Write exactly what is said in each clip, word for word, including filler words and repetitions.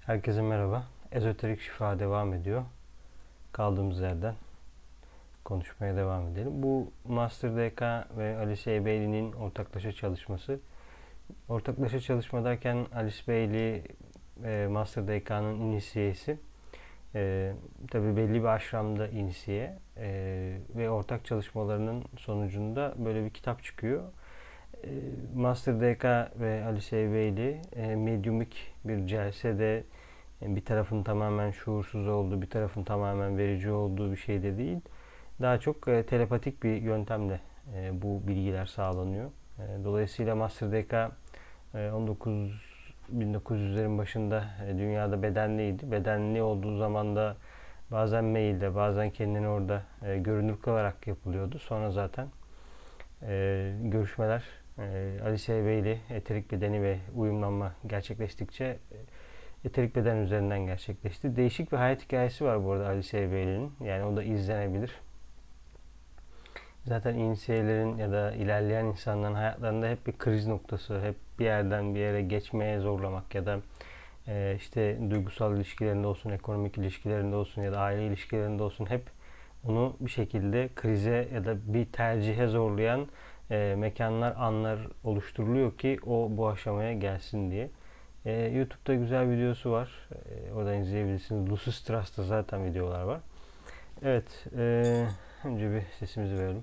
Herkese merhaba. Ezoterik Şifa devam ediyor. Kaldığımız yerden konuşmaya devam edelim. Bu Master D K ve Alice E. Bailey'nin ortaklaşa çalışması. Ortaklaşa çalışma derken Alice Bailey e, Master D K'nın inisiyesi. E, tabii belli bir aşramda inisiye e, ve ortak çalışmalarının sonucunda böyle bir kitap çıkıyor. E, Master D K ve Alice E. Bailey e, medyumik bir celsede bir tarafın tamamen şuursuz olduğu, bir tarafın tamamen verici olduğu bir şey de değil. Daha çok e, telepatik bir yöntemle e, bu bilgiler sağlanıyor. E, dolayısıyla Master D K e, on dokuz bin dokuz yüzlerin başında e, dünyada bedenliydi. Bedenli olduğu zaman da bazen mailde, bazen kendini orada e, görünür kılarak yapılıyordu. Sonra zaten e, görüşmeler e, Alice Bailey eterik bedeni ve uyumlanma gerçekleştikçe e, eterik beden üzerinden gerçekleşti. Değişik bir hayat hikayesi var bu arada Alice Bailey'nin. Yani o da izlenebilir. Zaten inisiyelerin ya da ilerleyen insanların hayatlarında hep bir kriz noktası, hep bir yerden bir yere geçmeye zorlamak ya da e, işte duygusal ilişkilerinde olsun, ekonomik ilişkilerinde olsun ya da aile ilişkilerinde olsun hep onu bir şekilde krize ya da bir tercihe zorlayan e, mekanlar, anlar oluşturuluyor ki o bu aşamaya gelsin diye. Ee, YouTube'da güzel videosu var. Ee, oradan izleyebilirsiniz. Lucy Strauss'ta zaten videolar var. Evet. E, önce bir sesimizi verelim.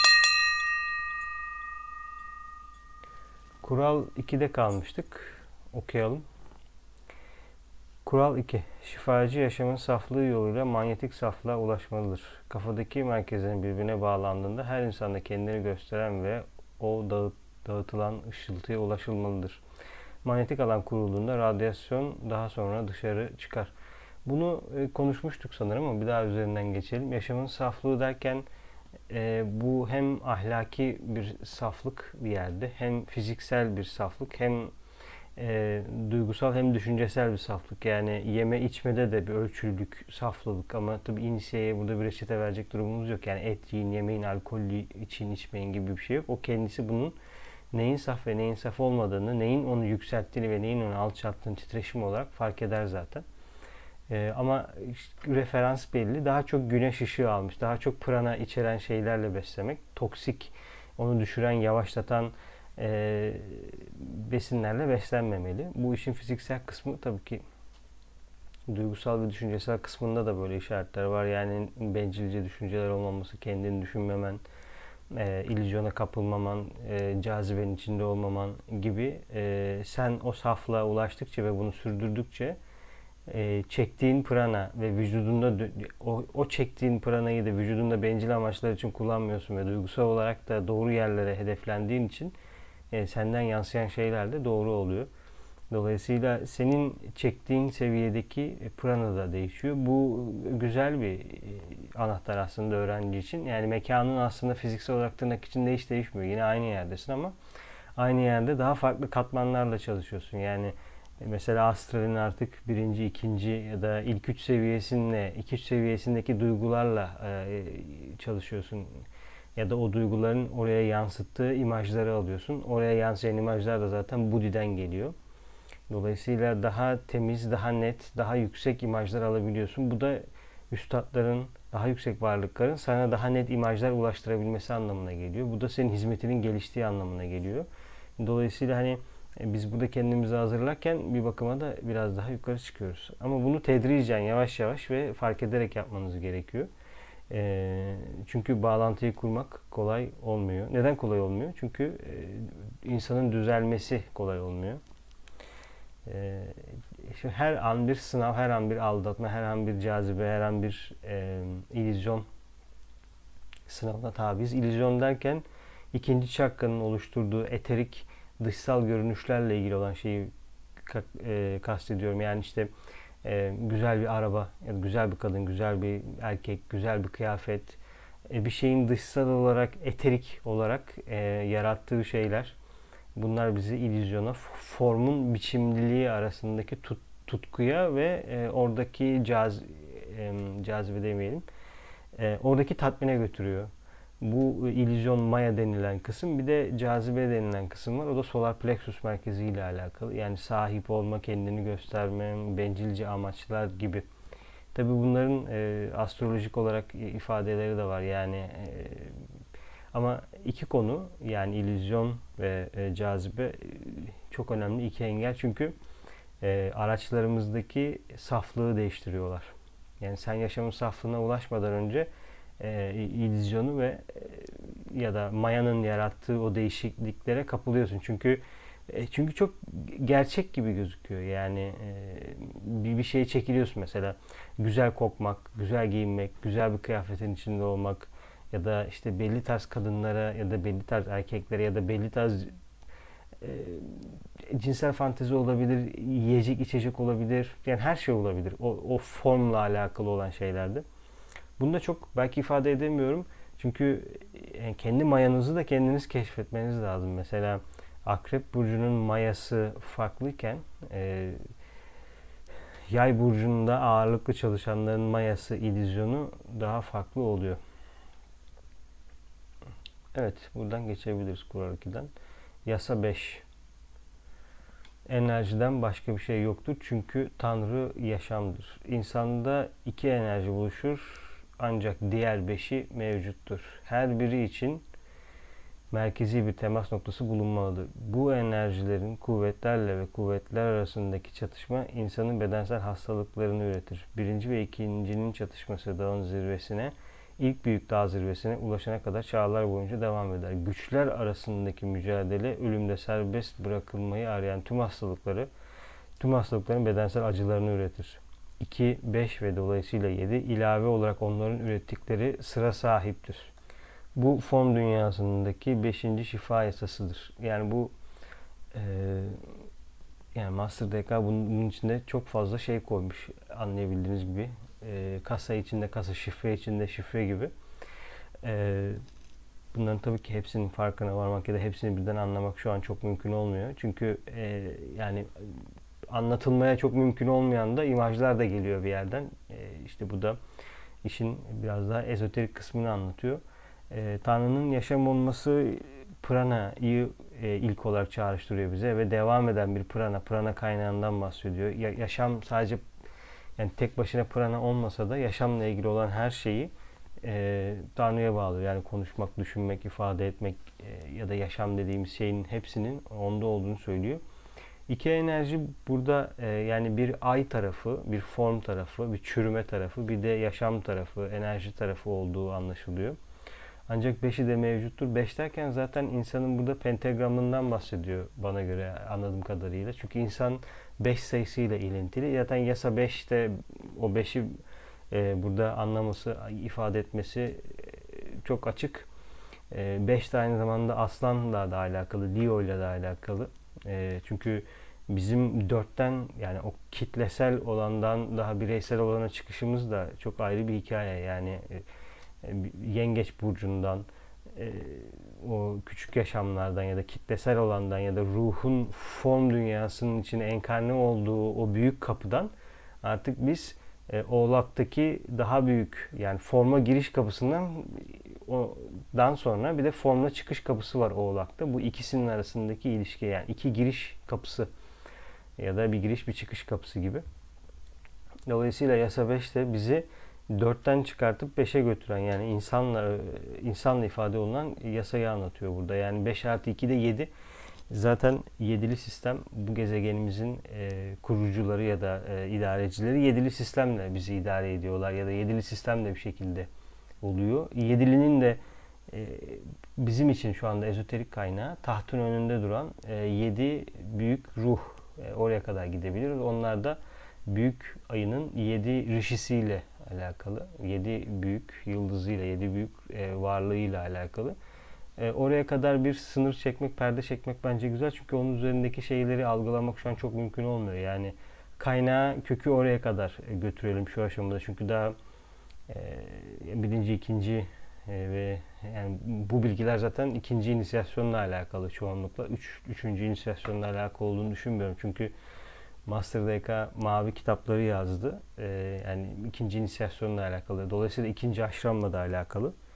Kural ikide kalmıştık. Okuyalım. Kural iki. Şifacı yaşamın saflığı yoluyla manyetik saflığa ulaşmalıdır. Kafadaki merkezlerin birbirine bağlandığında her insanda kendini gösteren ve o dağıt, dağıtılan ışıltıya ulaşılmalıdır. Manyetik alan kurulduğunda radyasyon daha sonra dışarı çıkar. Bunu e, konuşmuştuk sanırım ama bir daha üzerinden geçelim. Yaşamın saflığı derken e, bu hem ahlaki bir saflık bir yerde, hem fiziksel bir saflık, hem e, duygusal hem düşüncesel bir saflık. Yani yeme içmede de bir ölçülülük, saflılık ama tabii inisiyeye burada bir reçete verecek durumumuz yok. Yani et yiyin, yemeyin, alkol için içmeyin gibi bir şey yok. O kendisi bunun neyin saf ve neyin saf olmadığını, neyin onu yükselttiğini ve neyin onu alçalttığını titreşim olarak fark eder zaten. Ee, ama işte referans belli. Daha çok güneş ışığı almış, daha çok prana içeren şeylerle beslemek, toksik, onu düşüren, yavaşlatan e, besinlerle beslenmemeli. Bu işin fiziksel kısmı tabii ki duygusal ve düşüncesel kısmında da böyle işaretler var. Yani bencilce düşünceler olmaması, kendini düşünmemen, e, illüzyona kapılmaman, e, cazibenin içinde olmaman gibi e, sen o saflığa ulaştıkça ve bunu sürdürdükçe e, çektiğin prana ve vücudunda o, o çektiğin pranayı da vücudunda bencil amaçlar için kullanmıyorsun ve duygusal olarak da doğru yerlere hedeflendiğin için e, senden yansıyan şeyler de doğru oluyor. Dolayısıyla senin çektiğin seviyedeki prana da değişiyor. Bu güzel bir anahtar aslında öğrenci için. Yani mekanın aslında fiziksel olarak tırnak içinde hiç değişmiyor. Yine aynı yerdesin ama aynı yerde daha farklı katmanlarla çalışıyorsun. Yani mesela astralin artık birinci, ikinci ya da ilk üç seviyesinde, iki üç seviyesindeki duygularla çalışıyorsun. Ya da o duyguların oraya yansıttığı imajları alıyorsun. Oraya yansıyan imajlar da zaten Budi'den geliyor. Dolayısıyla daha temiz, daha net, daha yüksek imajlar alabiliyorsun. Bu da üstadların, daha yüksek varlıkların sana daha net imajlar ulaştırabilmesi anlamına geliyor. Bu da senin hizmetinin geliştiği anlamına geliyor. Dolayısıyla hani biz burada kendimizi hazırlarken bir bakıma da biraz daha yukarı çıkıyoruz. Ama bunu tedricen, yavaş yavaş ve fark ederek yapmanız gerekiyor. E, çünkü bağlantıyı kurmak kolay olmuyor. Neden kolay olmuyor? Çünkü e, insanın düzelmesi kolay olmuyor. Ee, her an bir sınav, her an bir aldatma, her an bir cazibe, her an bir e, illüzyon sınavına tabiiz. İllüzyon derken ikinci çakranın oluşturduğu eterik dışsal görünüşlerle ilgili olan şeyi e, kastediyorum. Yani işte e, güzel bir araba, ya da güzel bir kadın, güzel bir erkek, güzel bir kıyafet, e, bir şeyin dışsal olarak, eterik olarak e, yarattığı şeyler. Bunlar bizi illüzyona, formun biçimliliği arasındaki tut, tutkuya ve e, oradaki caz, e, cazibe demeyelim, e, oradaki tatmine götürüyor. Bu illüzyon maya denilen kısım, bir de cazibe denilen kısım var. O da solar plexus merkezi ile alakalı. Yani sahip olma, kendini gösterme, bencilce amaçlar gibi. Tabii bunların e, astrolojik olarak ifadeleri de var. Yani e, ama iki konu, yani illüzyon ve e, cazibe e, çok önemli iki engel. Çünkü e, araçlarımızdaki saflığı değiştiriyorlar. Yani sen yaşamın saflığına ulaşmadan önce e, illüzyonu ve e, ya da mayanın yarattığı o değişikliklere kapılıyorsun. Çünkü e, çünkü çok gerçek gibi gözüküyor. Yani e, bir bir şeye çekiliyorsun mesela. Güzel kokmak, güzel giyinmek, güzel bir kıyafetin içinde olmak ya da işte belli tarz kadınlara ya da belli tarz erkeklere ya da belli tarz e, cinsel fantezi olabilir, yiyecek içecek olabilir. Yani her şey olabilir. O, o formla alakalı olan şeylerde. Bunu da çok belki ifade edemiyorum. Çünkü yani kendi mayanızı da kendiniz keşfetmeniz lazım. Mesela Akrep Burcu'nun mayası farklıyken e, Yay Burcu'nda ağırlıklı çalışanların mayası, illüzyonu daha farklı oluyor. Evet, buradan geçebiliriz Kural ikiden. Yasa beş. Enerjiden başka bir şey yoktur. Çünkü Tanrı yaşamdır. İnsanda iki enerji buluşur. Ancak diğer beşi mevcuttur. Her biri için merkezi bir temas noktası bulunmalıdır. Bu enerjilerin kuvvetlerle ve kuvvetler arasındaki çatışma insanın bedensel hastalıklarını üretir. Birinci ve ikincinin çatışması dağın zirvesine, ilk büyük dağ zirvesine ulaşana kadar çağlar boyunca devam eder. Güçler arasındaki mücadele ölümde serbest bırakılmayı arayan tüm hastalıkları, tüm hastalıkların bedensel acılarını üretir. iki, beş ve dolayısıyla yedi ilave olarak onların ürettikleri sıra sahiptir. Bu form dünyasındaki beşinci şifa yasasıdır. Yani bu e, yani Master D K bunun, bunun içinde çok fazla şey koymuş, anlayabildiğiniz gibi. E, kasa içinde kasa, şifre içinde şifre gibi. E, bunların tabii ki hepsinin farkına varmak ya da hepsini birden anlamak şu an çok mümkün olmuyor. Çünkü e, yani anlatılmaya çok mümkün olmayan da imajlar da geliyor bir yerden. E, işte bu da işin biraz daha ezoterik kısmını anlatıyor. E, Tanrı'nın yaşam olması prana'yı e, ilk olarak çağrıştırıyor bize ve devam eden bir prana, prana kaynağından bahsediyor. Ya, yaşam sadece yani tek başına prana olmasa da yaşamla ilgili olan her şeyi e, Tanrı'ya bağlı. Yani konuşmak, düşünmek, ifade etmek e, ya da yaşam dediğimiz şeyin hepsinin onda olduğunu söylüyor. İki enerji burada e, yani bir ay tarafı, bir form tarafı, bir çürüme tarafı, bir de yaşam tarafı, enerji tarafı olduğu anlaşılıyor. Ancak beşi de mevcuttur. Beş derken zaten insanın burada pentagramından bahsediyor bana göre, anladığım kadarıyla. Çünkü insan beş sayısıyla ilintili. Zaten yasa beşte o beşi e, burada anlaması, ifade etmesi e, çok açık. E, beş de aynı zamanda aslanla da alakalı, Leo ile de alakalı. E, çünkü bizim dörtten yani o kitlesel olandan daha bireysel olana çıkışımız da çok ayrı bir hikaye. Yani e, Yengeç burcundan, e, o küçük yaşamlardan ya da kitlesel olandan ya da ruhun form dünyasının içine enkarne olduğu o büyük kapıdan artık biz e, Oğlak'taki daha büyük yani forma giriş kapısından ondan sonra bir de formla çıkış kapısı var Oğlak'ta. Bu ikisinin arasındaki ilişki, yani iki giriş kapısı ya da bir giriş bir çıkış kapısı gibi. Dolayısıyla yasa beş de bizi dörtten çıkartıp beşe götüren, yani insanla insanla ifade olunan yasayı anlatıyor burada. Yani beş artı iki de yedi. Zaten yedili sistem bu gezegenimizin e, kurucuları ya da e, idarecileri yedili sistemle bizi idare ediyorlar ya da yedili sistemle bir şekilde oluyor. Yedilinin de e, bizim için şu anda ezoterik kaynağı tahtın önünde duran e, yedi büyük ruh. E, oraya kadar gidebiliriz. Onlar da büyük ayının yedi rişisiyle alakalı, yedi büyük yıldızıyla, yedi büyük e, varlığıyla alakalı. E, oraya kadar bir sınır çekmek, perde çekmek bence güzel. Çünkü onun üzerindeki şeyleri algılamak şu an çok mümkün olmuyor. Yani kaynağı, kökü oraya kadar götürelim şu aşamada. Çünkü daha e, birinci, ikinci e, ve yani bu bilgiler zaten ikinci inisiyasyonla alakalı çoğunlukla. Üç, üçüncü inisiyasyonla alakalı olduğunu düşünmüyorum. Çünkü Master D K mavi kitapları yazdı. Ee, yani ikinci inisiyasyonla alakalı. Dolayısıyla ikinci aşramla da alakalı.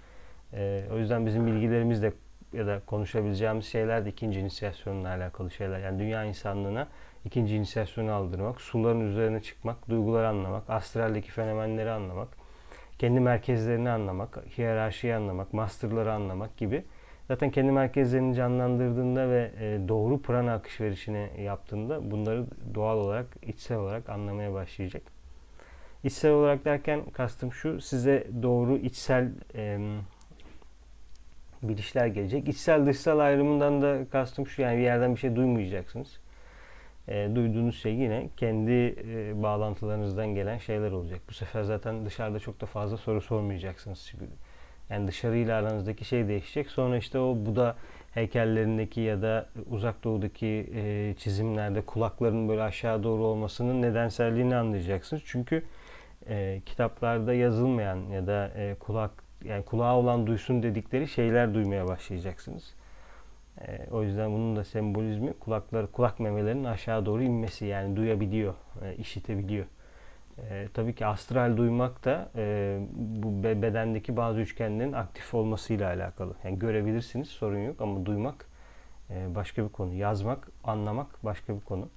E, o yüzden bizim bilgilerimiz de ya da konuşabileceğimiz şeyler de ikinci inisiyasyonla alakalı şeyler. Yani dünya insanlığına ikinci inisiyasyonu aldırmak, suların üzerine çıkmak, duyguları anlamak, astraldeki fenomenleri anlamak, kendi merkezlerini anlamak, hiyerarşiyi anlamak, masterları anlamak gibi. Zaten kendi merkezlerini canlandırdığında ve doğru prana akış verişini yaptığında bunları doğal olarak, içsel olarak anlamaya başlayacak. İçsel olarak derken kastım şu, size doğru içsel e, bilişler gelecek. İçsel dışsal ayrımından da kastım şu, yani bir yerden bir şey duymayacaksınız. E, duyduğunuz şey yine kendi e, bağlantılarınızdan gelen şeyler olacak. Bu sefer zaten dışarıda çok da fazla soru sormayacaksınız. Çünkü yani dışarıyla aranızdaki şey değişecek. Sonra işte o Buda heykellerindeki ya da uzak doğudaki e, çizimlerde kulakların böyle aşağı doğru olmasının nedenselliğini anlayacaksınız. Çünkü e, kitaplarda yazılmayan ya da e, kulak yani kulağı olan duysun dedikleri şeyler duymaya başlayacaksınız. E, o yüzden bunun da sembolizmi kulakları, kulak memelerinin aşağı doğru inmesi, yani duyabiliyor, e, işitebiliyor. E, tabii ki astral duymak da e, bu be- bedendeki bazı üçgenlerin aktif olmasıyla alakalı. Yani görebilirsiniz, sorun yok, ama duymak e, başka bir konu. Yazmak, anlamak başka bir konu.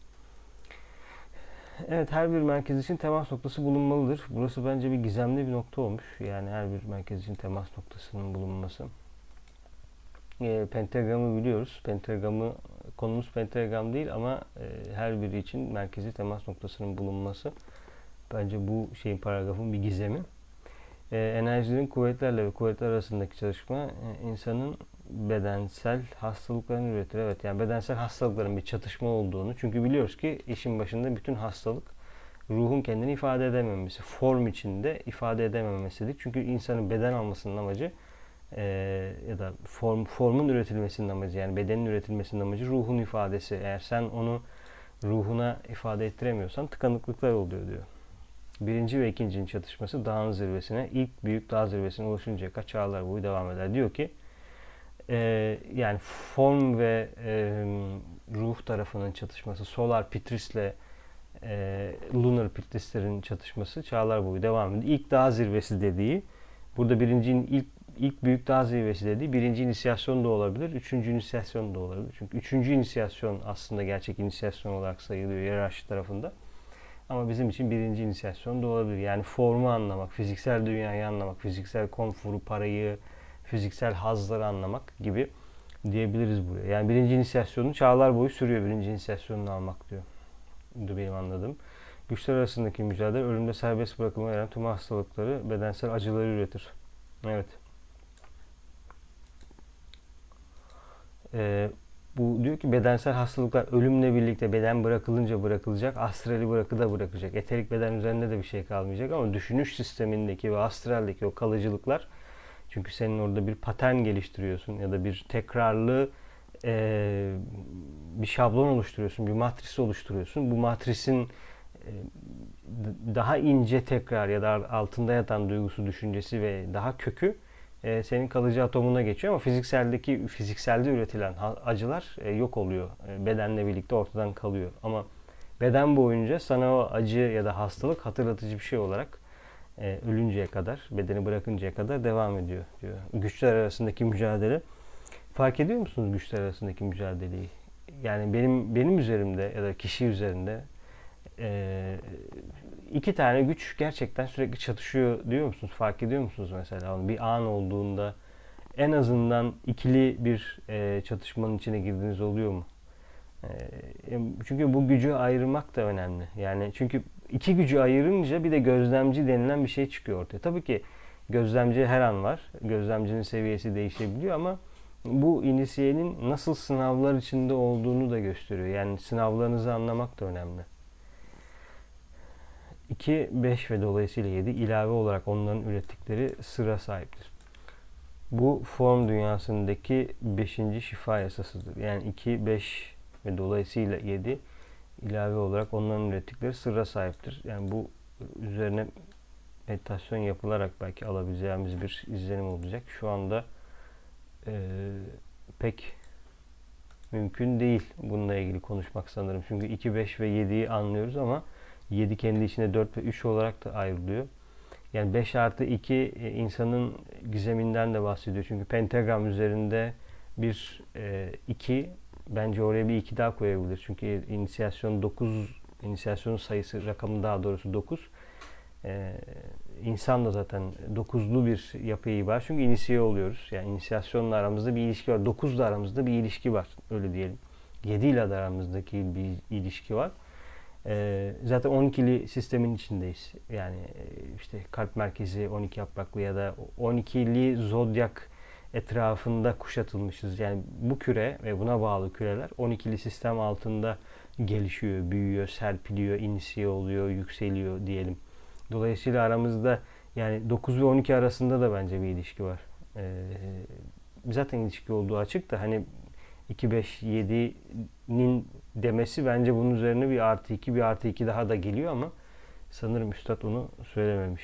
Evet, her bir merkez için temas noktası bulunmalıdır. Burası bence bir gizemli bir nokta olmuş. Yani her bir merkez için temas noktasının bulunması. E, pentagramı biliyoruz. Pentagramı, konumuz pentagram değil ama e, her biri için merkezi temas noktasının bulunması. Bence bu şeyin, paragrafın bir gizemi. E, enerjilerin kuvvetlerle ve kuvvetler arasındaki çalışma e, insanın bedensel hastalıklarını üretir. Evet, yani bedensel hastalıkların bir çatışma olduğunu. Çünkü biliyoruz ki işin başında bütün hastalık ruhun kendini ifade edememesi, form içinde ifade edememesidir. Çünkü insanın beden almasının amacı e, ya da form formun üretilmesinin amacı, yani bedenin üretilmesinin amacı ruhun ifadesi. Eğer sen onu ruhuna ifade ettiremiyorsan tıkanıklıklar oluyor diyor. Birinci ve ikincinin çatışması dağın zirvesine, ilk büyük dağ zirvesine ulaşıncaya kadar çağlar boyu devam eder. Diyor ki e, yani form ve e, ruh tarafının çatışması, solar pitrisle e, lunar pitrislerin çatışması çağlar boyu devam ediyor. İlk dağ zirvesi dediği, burada birincinin ilk ilk büyük dağ zirvesi dediği birinci inisiyasyon da olabilir, üçüncü inisiyasyon da olabilir. Çünkü üçüncü inisiyasyon aslında gerçek inisiyasyon olarak sayılıyor hiyerarşi tarafında. Ama bizim için birinci inisiyasyon da olabilir. Yani formu anlamak, fiziksel dünyayı anlamak, fiziksel konforu, parayı, fiziksel hazları anlamak gibi diyebiliriz buraya. Yani birinci inisiyasyonu çağlar boyu sürüyor, birinci inisiyasyonunu almak diyor. Bu benim anladığım. Güçler arasındaki mücadele ölümde serbest bırakılma veren tüm hastalıkları, bedensel acıları üretir. Evet. Ee, bu diyor ki bedensel hastalıklar ölümle birlikte beden bırakılınca bırakılacak, astrali bırakı da bırakacak. Eterik beden üzerinde de bir şey kalmayacak ama düşünüş sistemindeki ve astraldeki o kalıcılıklar, çünkü senin orada bir patern geliştiriyorsun ya da bir tekrarlı e, bir şablon oluşturuyorsun, bir matris oluşturuyorsun. Bu matrisin e, daha ince tekrar ya da altında yatan duygusu, düşüncesi ve daha kökü e, senin kalıcı atomuna geçiyor, ama fizikseldeki fizikselde üretilen acılar e, yok oluyor. E, bedenle birlikte ortadan kalıyor. Ama beden boyunca sana o acı ya da hastalık hatırlatıcı bir şey olarak e, ölünceye kadar, bedeni bırakıncaya kadar devam ediyor diyor. Güçler arasındaki mücadele. Fark ediyor musunuz güçler arasındaki mücadeleyi? Yani benim benim üzerimde ya da kişi üzerinde e, iki tane güç gerçekten sürekli çatışıyor diyor musunuz? Fark ediyor musunuz mesela? Bir an olduğunda en azından ikili bir e, çatışmanın içine girdiğiniz oluyor mu? E, çünkü bu gücü ayırmak da önemli. Yani çünkü iki gücü ayırınca bir de gözlemci denilen bir şey çıkıyor ortaya. Tabii ki gözlemci her an var. Gözlemcinin seviyesi değişebiliyor ama bu inisiyenin nasıl sınavlar içinde olduğunu da gösteriyor. Yani sınavlarınızı anlamak da önemli. iki, beş ve dolayısıyla yedi ilave olarak onların ürettikleri sıra sahiptir. Bu form dünyasındaki beşinci şifa yasasıdır. Yani iki, beş ve dolayısıyla yedi ilave olarak onların ürettikleri sıra sahiptir. Yani bu üzerine meditasyon yapılarak belki alabileceğimiz bir izlenim olacak. Şu anda e, pek mümkün değil bununla ilgili konuşmak sanırım. Çünkü iki, beş ve yediyi anlıyoruz ama yedi kendi içinde dört ve üç olarak da ayrılıyor. Yani beş artı iki e, insanın gizeminden de bahsediyor. Çünkü pentagram üzerinde bir e, iki, bence oraya bir iki daha koyabilir. Çünkü inisiyasyon dokuz, inisiyasyon sayısı, rakamı daha doğrusu dokuz. Ee, insan da zaten dokuzlu bir yapıyı var. Çünkü inisiye oluyoruz. Yani inisiyasyonla aramızda bir ilişki var. dokuzla aramızda bir ilişki var. Öyle diyelim. yedi ile de aramızdaki bir ilişki var. Ee, zaten on ikili sistemin içindeyiz. Yani işte kalp merkezi on iki yapraklı ya da on ikili zodyak etrafında kuşatılmışız. Yani bu küre ve buna bağlı küreler on ikili sistem altında gelişiyor, büyüyor, serpiliyor, inisiye oluyor, yükseliyor diyelim. Dolayısıyla aramızda yani dokuz ve on iki arasında da bence bir ilişki var. Ee, zaten ilişki olduğu açık da hani iki, beş, yedi'nin demesi bence bunun üzerine bir artı iki, bir artı iki daha da geliyor ama sanırım Üstad onu söylememiş.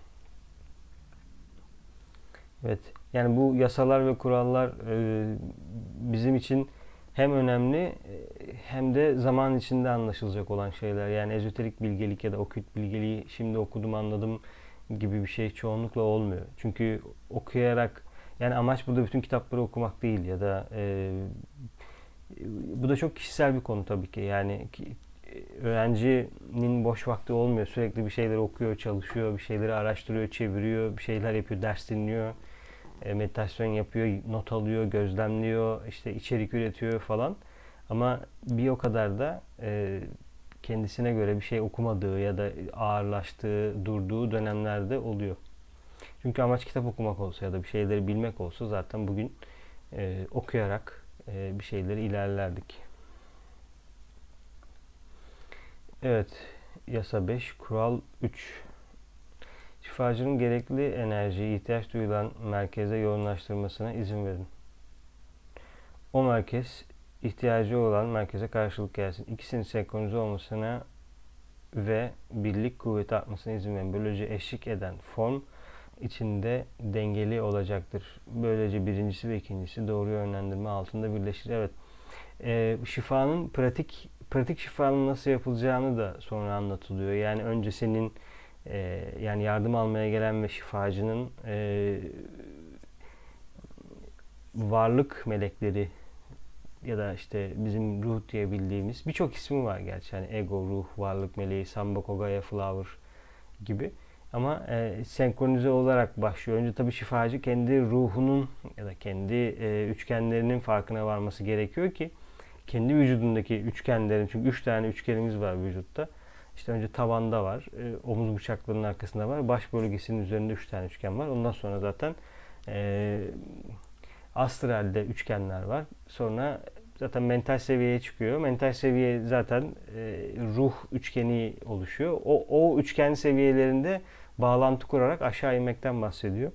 Evet. Yani bu yasalar ve kurallar e, bizim için hem önemli hem de zaman içinde anlaşılacak olan şeyler. Yani ezoterik bilgelik ya da okült bilgeliği şimdi okudum anladım gibi bir şey çoğunlukla olmuyor. Çünkü okuyarak, yani amaç burada bütün kitapları okumak değil ya da e, bu da çok kişisel bir konu tabii ki. Yani ki, öğrencinin boş vakti olmuyor. Sürekli bir şeyler okuyor, çalışıyor, bir şeyleri araştırıyor, çeviriyor, bir şeyler yapıyor, ders dinliyor, e, meditasyon yapıyor, not alıyor, gözlemliyor, işte içerik üretiyor falan. Ama bir o kadar da e, kendisine göre bir şey okumadığı ya da ağırlaştığı, durduğu dönemlerde oluyor. Çünkü amaç kitap okumak olsa ya da bir şeyleri bilmek olsa zaten bugün e, okuyarak e, bir şeyleri ilerlerdik. Evet, yasa beş, kural üç. Şifacının gerekli enerjiyi ihtiyaç duyulan merkeze yoğunlaştırmasına izin verin. O merkez ihtiyacı olan merkeze karşılık gelsin. İkisinin senkronize olmasına ve birlik kuvveti artmasına izin verin. Böylece eşlik eden form içinde dengeli olacaktır. Böylece birincisi ve ikincisi doğru yönlendirme altında birleşir. Evet, e, şifanın pratik pratik şifanın nasıl yapılacağını da sonra anlatılıyor. Yani önce senin e, yani yardım almaya gelen ve şifacının e, varlık melekleri ya da işte bizim ruh diye bildiğimiz birçok ismi var gerçi. Yani ego, ruh, varlık meleği, Sambhava, Gaia, Flower gibi. Ama e, senkronize olarak başlıyor. Önce tabii şifacı kendi ruhunun ya da kendi e, üçgenlerinin farkına varması gerekiyor ki kendi vücudundaki üçgenlerin, çünkü üç tane üçgenimiz var vücutta. İşte önce tavanda var, e, omuz bıçaklarının arkasında var, baş bölgesinin üzerinde üç tane üçgen var. Ondan sonra zaten e, astralde üçgenler var. Sonra zaten mental seviyeye çıkıyor. Mental seviye zaten e, ruh üçgeni oluşuyor. O, o üçgen seviyelerinde bağlantı kurarak aşağı inmekten bahsediyor.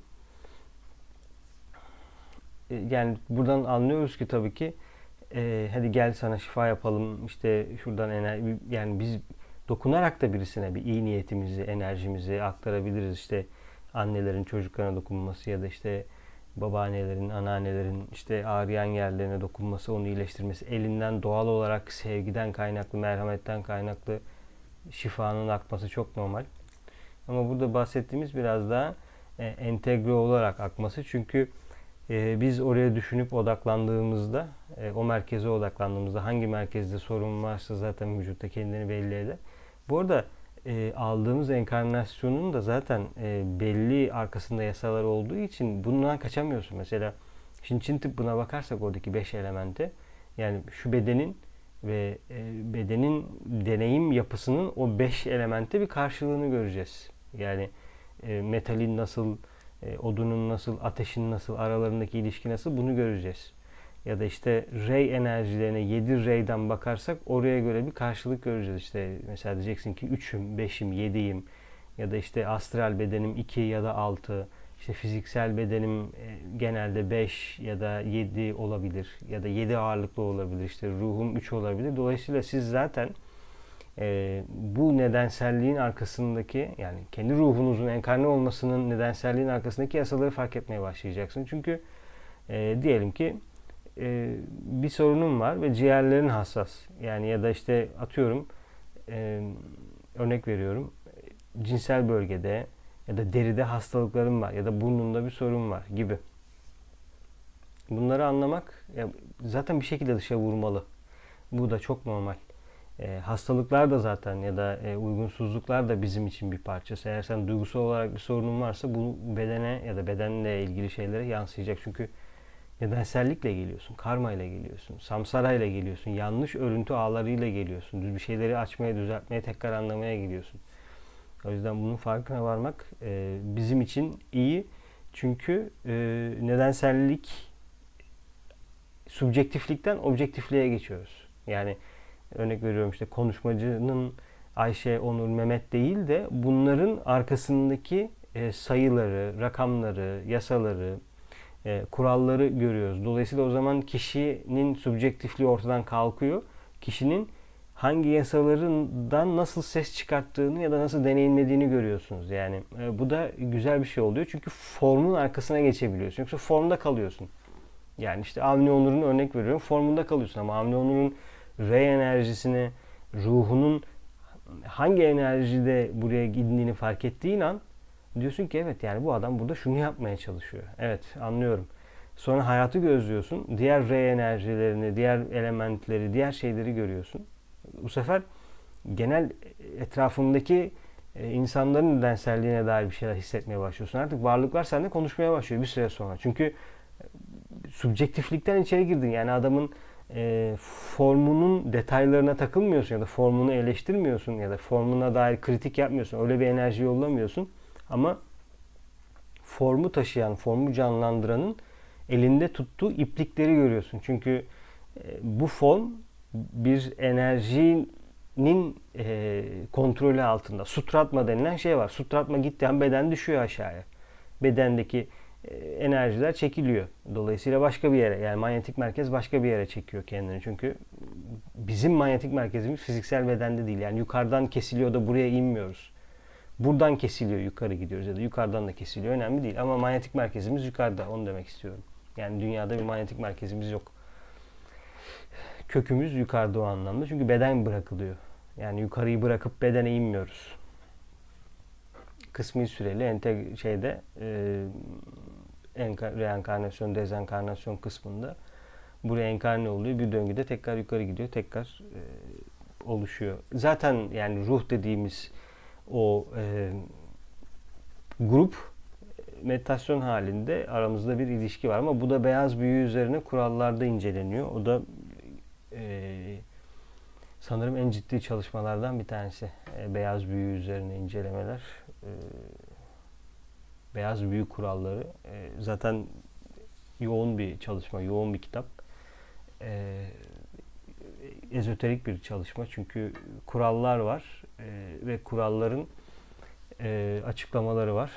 E, yani buradan anlıyoruz ki tabii ki e, hadi gel sana şifa yapalım. İşte şuradan enerji, yani biz dokunarak da birisine bir iyi niyetimizi, enerjimizi aktarabiliriz. İşte annelerin çocuklarına dokunması ya da işte babaannelerin, anneannelerin işte ağrıyan yerlerine dokunması, onu iyileştirmesi, elinden doğal olarak sevgiden kaynaklı, merhametten kaynaklı şifanın akması çok normal. Ama burada bahsettiğimiz biraz daha e, entegre olarak akması. Çünkü e, biz oraya düşünüp odaklandığımızda, e, o merkeze odaklandığımızda hangi merkezde sorun varsa zaten vücutta kendini belli eder. Bu arada e, aldığımız enkarnasyonun da zaten e, belli arkasında yasalar olduğu için bundan kaçamıyorsun. Mesela şimdi Çin tıbbına bakarsak oradaki beş elemente, yani şu bedenin ve e, bedenin deneyim yapısının o beş elemente bir karşılığını göreceğiz. Yani e, metalin nasıl, e, odunun nasıl, ateşin nasıl, aralarındaki ilişki nasıl, bunu göreceğiz. Ya da işte rey enerjilerine yedi reyden bakarsak oraya göre bir karşılık göreceğiz. İşte mesela diyeceksin ki üçüm, beşim, yediyim ya da işte astral bedenim iki ya da altı. İşte fiziksel bedenim genelde beş ya da yedi olabilir ya da yedi ağırlıklı olabilir. İşte ruhum üç olabilir. Dolayısıyla siz zaten e, bu nedenselliğin arkasındaki, yani kendi ruhunuzun enkarne olmasının nedenselliğin arkasındaki yasaları fark etmeye başlayacaksın. Çünkü e, diyelim ki e, bir sorunum var ve ciğerlerin hassas. Yani ya da işte atıyorum, e, örnek veriyorum, cinsel bölgede ya da deride hastalıklarım var ya da burnumda bir sorun var gibi. Bunları anlamak ya, zaten bir şekilde dışa vurmalı. Bu da çok normal. E, hastalıklar da zaten ya da e, uygunsuzluklar da bizim için bir parçası. Eğer sen duygusal olarak bir sorunun varsa bu bedene ya da bedenle ilgili şeylere yansıyacak. Çünkü nedensellikle geliyorsun, karma ile geliyorsun, samsara ile geliyorsun, yanlış örüntü ağlarıyla geliyorsun. Bir şeyleri açmaya, düzeltmeye, tekrar anlamaya gidiyorsun. O yüzden bunun farkına varmak e, bizim için iyi. Çünkü e, nedensellik, subjektiflikten objektifliğe geçiyoruz. Yani örnek veriyorum, işte konuşmacının Ayşe, Onur, Mehmet değil de bunların arkasındaki e, sayıları, rakamları, yasaları, e, kuralları görüyoruz. Dolayısıyla o zaman kişinin subjektifliği ortadan kalkıyor. Kişinin hangi yasalarından nasıl ses çıkarttığını ya da nasıl deneyimlediğini görüyorsunuz. Yani e, bu da güzel bir şey oluyor. Çünkü formun arkasına geçebiliyorsun. Yoksa formda kalıyorsun. Yani işte Avni Onur'un örnek veriyorum, formunda kalıyorsun ama Avni Onur'un re enerjisini, ruhunun hangi enerjide buraya gittiğini fark ettiğin an diyorsun ki evet, yani bu adam burada şunu yapmaya çalışıyor. Evet, anlıyorum. Sonra hayatı gözlüyorsun. Diğer re enerjilerini, diğer elementleri, diğer şeyleri görüyorsun. Bu sefer genel etrafındaki insanların nedenselliğine dair bir şeyler hissetmeye başlıyorsun. Artık varlıklar seninle konuşmaya başlıyor bir süre sonra. Çünkü subjektiflikten içeri girdin. Yani adamın e, formunun detaylarına takılmıyorsun ya da formunu eleştirmiyorsun ya da formuna dair kritik yapmıyorsun. Öyle bir enerji yollamıyorsun. Ama formu taşıyan, formu canlandıranın elinde tuttuğu iplikleri görüyorsun. Çünkü e, bu form bir enerjinin e, kontrolü altında. Sutratma denilen şey var. Sutratma gittiği an beden düşüyor aşağıya. Bedendeki enerjiler çekiliyor. Dolayısıyla başka bir yere, yani manyetik merkez başka bir yere çekiyor kendini. Çünkü bizim manyetik merkezimiz fiziksel bedende değil. Yani yukarıdan kesiliyor da buraya inmiyoruz. Buradan kesiliyor, yukarı gidiyoruz ya da yukarıdan da kesiliyor. Önemli değil. Ama manyetik merkezimiz yukarıda. Onu demek istiyorum. Yani dünyada bir manyetik merkezimiz yok. Kökümüz yukarıda o anlamda. Çünkü beden bırakılıyor. Yani yukarıyı bırakıp bedene inmiyoruz. Kısmi süreli enteg şeyde e, reenkarnasyon, dezenkarnasyon kısmında buraya enkarne oluyor. Bir döngüde tekrar yukarı gidiyor. Tekrar e, oluşuyor. Zaten yani ruh dediğimiz o e, grup meditasyon halinde aramızda bir ilişki var ama bu da beyaz büyü üzerine kurallarda inceleniyor. O da e, sanırım en ciddi çalışmalardan bir tanesi. E, beyaz büyü üzerine incelemeler. E, beyaz büyü kuralları. E, zaten yoğun bir çalışma, yoğun bir kitap. E, ezoterik bir çalışma. Çünkü kurallar var e, ve kuralların e, açıklamaları var.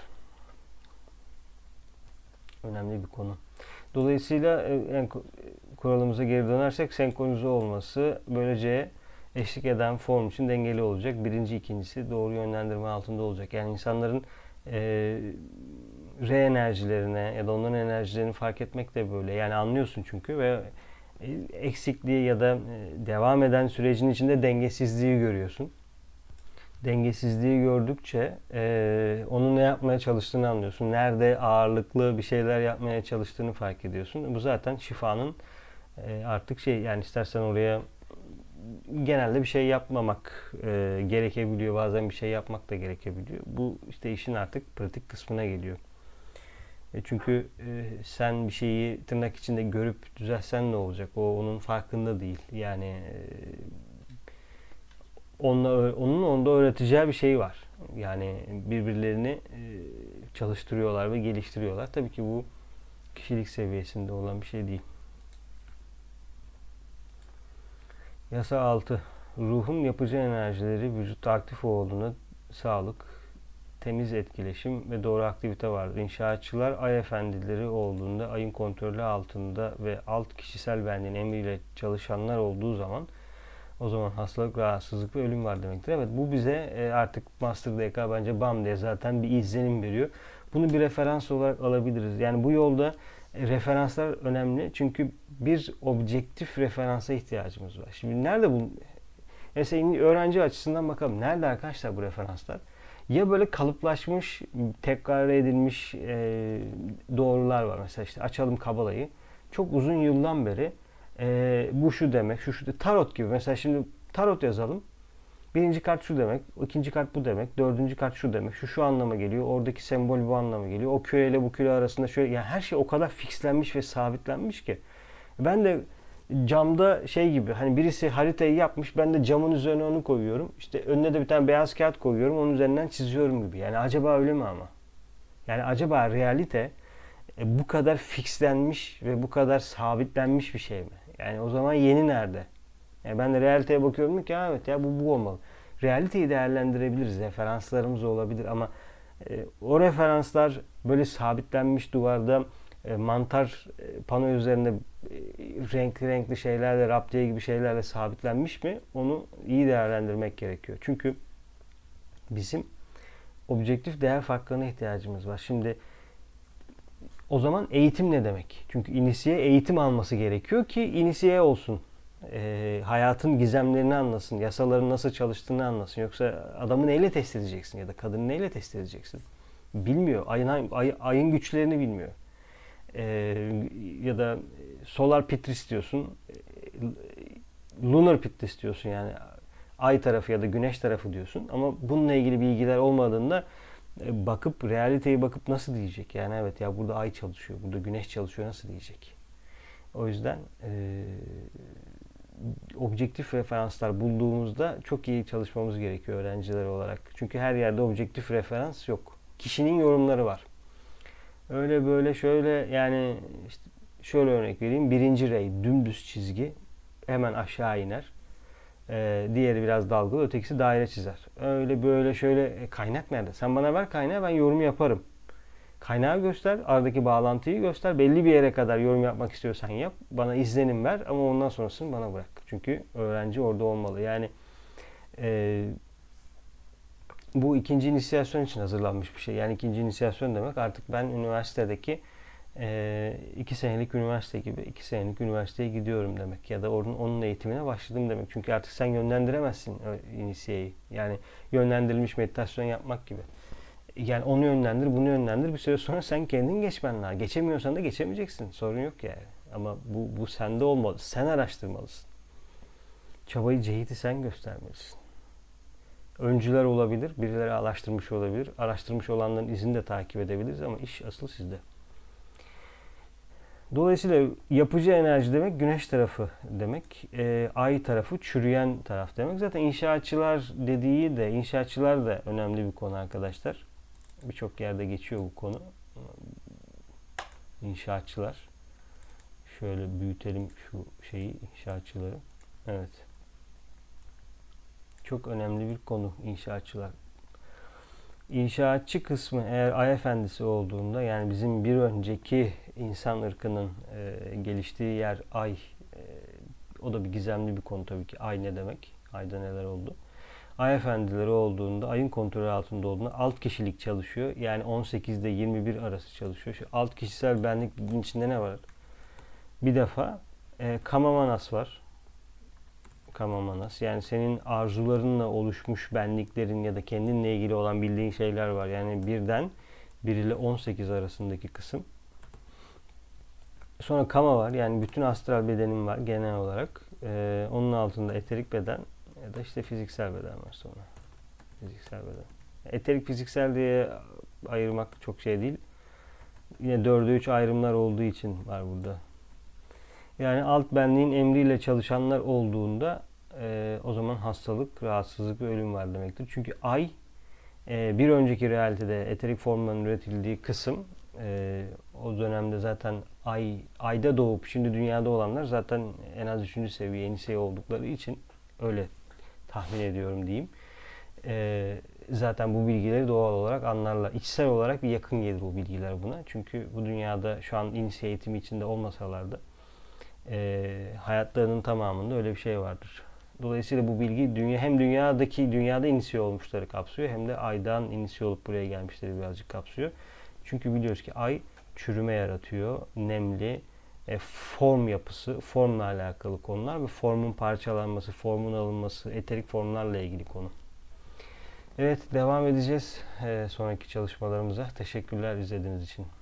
Önemli bir konu. Dolayısıyla e, en, kuralımıza geri dönersek senkronize olması böylece eşlik eden form için dengeli olacak. Birinci, ikincisi doğru yönlendirme altında olacak. Yani insanların e, re enerjilerine ya da onların enerjilerini fark etmek de böyle. Yani anlıyorsun çünkü ve eksikliği ya da devam eden sürecin içinde dengesizliği görüyorsun. Dengesizliği gördükçe e, onun ne yapmaya çalıştığını anlıyorsun. Nerede ağırlıklı bir şeyler yapmaya çalıştığını fark ediyorsun. Bu zaten şifanın e, artık şey, yani istersen oraya genelde bir şey yapmamak e, gerekebiliyor. Bazen bir şey yapmak da gerekebiliyor. Bu işte işin artık pratik kısmına geliyor. E çünkü e, sen bir şeyi tırnak içinde görüp düzelsen ne olacak? O onun farkında değil. Yani e, onunla, onun onda öğreteceği bir şey var. Yani birbirlerini e, çalıştırıyorlar ve geliştiriyorlar. Tabii ki bu kişilik seviyesinde olan bir şey değil. Yasa altı. Ruhun yapıcı enerjileri vücutta aktif olduğuna sağlık, temiz etkileşim ve doğru aktivite vardır. İnşaatçılar ay efendileri olduğunda, ayın kontrolü altında ve alt kişisel benliğin emriyle çalışanlar olduğu zaman o zaman hastalık, rahatsızlık ve ölüm var demektir. Evet, bu bize artık Master D K bence bam diye zaten bir izlenim veriyor. Bunu bir referans olarak alabiliriz. Yani bu yolda referanslar önemli. Çünkü bir objektif referansa ihtiyacımız var. Şimdi nerede bu? Mesela öğrenci açısından bakalım. Nerede arkadaşlar bu referanslar? Ya böyle kalıplaşmış, tekrar edilmiş e, doğrular var. Mesela işte açalım Kabala'yı. Çok uzun yıldan beri e, bu şu demek, şu şu de, tarot gibi. Mesela şimdi tarot yazalım. Birinci kart şu demek, ikinci kart bu demek, dördüncü kart şu demek, şu şu anlama geliyor, oradaki sembol bu anlama geliyor. O küre bu küre arasında şöyle, yani her şey o kadar fixlenmiş ve sabitlenmiş ki. Ben de camda şey gibi, hani birisi haritayı yapmış, ben de camın üzerine onu koyuyorum. İşte önüne de bir tane beyaz kağıt koyuyorum, onun üzerinden çiziyorum gibi. Yani acaba öyle mi ama? Yani acaba realite e, bu kadar fixlenmiş ve bu kadar sabitlenmiş bir şey mi? Yani o zaman yeni nerede? Yani ben de realiteye bakıyorum ki evet ya bu bu olmalı. Realiteyi değerlendirebiliriz, referanslarımız olabilir ama e, o referanslar böyle sabitlenmiş duvarda e, mantar e, pano üzerinde e, renkli renkli şeylerle, raptiye gibi şeylerle sabitlenmiş mi? Onu iyi değerlendirmek gerekiyor. Çünkü bizim objektif değer farklarına ihtiyacımız var. Şimdi o zaman eğitim ne demek? Çünkü inisiye eğitim alması gerekiyor ki inisiye olsun. E, hayatın gizemlerini anlasın, yasaların nasıl çalıştığını anlasın. Yoksa adamı neyle test edeceksin ya da kadını neyle test edeceksin? Bilmiyor. Ayın, ay, ayın güçlerini bilmiyor. E, ya da solar pitris diyorsun. E, lunar pitris diyorsun yani. Ay tarafı ya da güneş tarafı diyorsun. Ama bununla ilgili bilgiler olmadığında bakıp, realiteyi bakıp nasıl diyecek? Yani evet ya burada ay çalışıyor, burada güneş çalışıyor nasıl diyecek? O yüzden e, objektif referanslar bulduğumuzda çok iyi çalışmamız gerekiyor öğrenciler olarak. Çünkü her yerde objektif referans yok. Kişinin yorumları var. Öyle böyle şöyle yani işte şöyle örnek vereyim. Birinci rey dümdüz çizgi hemen aşağı iner. Ee, diğeri biraz dalgalı, ötekisi daire çizer. Öyle böyle şöyle e, kaynak nerede? Sen bana ver kaynağı ben yorum yaparım. Kaynağı göster, aradaki bağlantıyı göster. Belli bir yere kadar yorum yapmak istiyorsan yap. Bana izlenim ver ama ondan sonrasını bana bırak. Çünkü öğrenci orada olmalı. Yani e, bu ikinci inisiyasyon için hazırlanmış bir şey. Yani ikinci inisiyasyon demek artık ben üniversitedeki e, iki senelik üniversite gibi iki senelik üniversiteye gidiyorum demek. Ya da onun, onun eğitimine başladım demek. Çünkü artık sen yönlendiremezsin inisiyeyi. Yani yönlendirilmiş meditasyon yapmak gibi. Yani onu yönlendir, bunu yönlendir. Bir süre sonra sen kendin geçmen lazım. Geçemiyorsan da geçemeyeceksin. Sorun yok yani. Ama bu, bu sende olmalı. Sen araştırmalısın. Çabayı, cehidi sen göstermelisin. Öncüler olabilir, birileri araştırmış olabilir. Araştırmış olanların izini de takip edebiliriz ama iş asıl sizde. Dolayısıyla yapıcı enerji demek güneş tarafı demek. E, ay tarafı çürüyen taraf demek. Zaten inşaatçılar dediği de, inşaatçılar da önemli bir konu arkadaşlar. Birçok yerde geçiyor bu konu. İnşaatçılar. Şöyle büyütelim şu şeyi, inşaatçıları. Evet. Çok önemli bir konu inşaatçılar. İnşaatçı kısmı eğer ay efendisi olduğunda, yani bizim bir önceki insan ırkının e, geliştiği yer ay, e, o da bir gizemli bir konu tabii ki. Ay ne demek? Ayda neler oldu? Ay efendileri olduğunda, ayın kontrolü altında olduğunda alt kişilik çalışıyor. Yani on sekiz ile yirmi bir arası çalışıyor. Şu alt kişisel benlik bilginin içinde ne var? Bir defa e, Kamamanas var. Kamamanas. Yani senin arzularınla oluşmuş benliklerin ya da kendinle ilgili olan bildiğin şeyler var. Yani birden bir ile on sekiz arasındaki kısım. Sonra Kama var. Yani bütün astral bedenin var genel olarak. Ee, onun altında eterik beden ya da işte fiziksel beden var sonra. Fiziksel beden. Eterik fiziksel diye ayırmak çok şey değil. Yine dörde üç ayrımlar olduğu için var burada. Yani alt benliğin emriyle çalışanlar olduğunda e, o zaman hastalık, rahatsızlık ve ölüm var demektir. Çünkü ay e, bir önceki realitede eterik formların üretildiği kısım, e, o dönemde zaten ay ayda doğup şimdi dünyada olanlar zaten en az üçüncü seviye, yeni seviye oldukları için öyle tahmin ediyorum diyeyim. E, zaten bu bilgileri doğal olarak anlarlar. İçsel olarak bir yakın gelir bu bilgiler buna. Çünkü bu dünyada şu an inisiye eğitimi içinde olmasalar da E, hayatlarının tamamında öyle bir şey vardır. Dolayısıyla bu bilgi dünya, hem dünyadaki dünyada inisiye olmuşları kapsıyor hem de aydan inisiye olup buraya gelmişleri birazcık kapsıyor. Çünkü biliyoruz ki ay çürüme yaratıyor, nemli, e, form yapısı, formla alakalı konular ve formun parçalanması, formun alınması, eterik formlarla ilgili konu. Evet, devam edeceğiz e, sonraki çalışmalarımıza. Teşekkürler izlediğiniz için.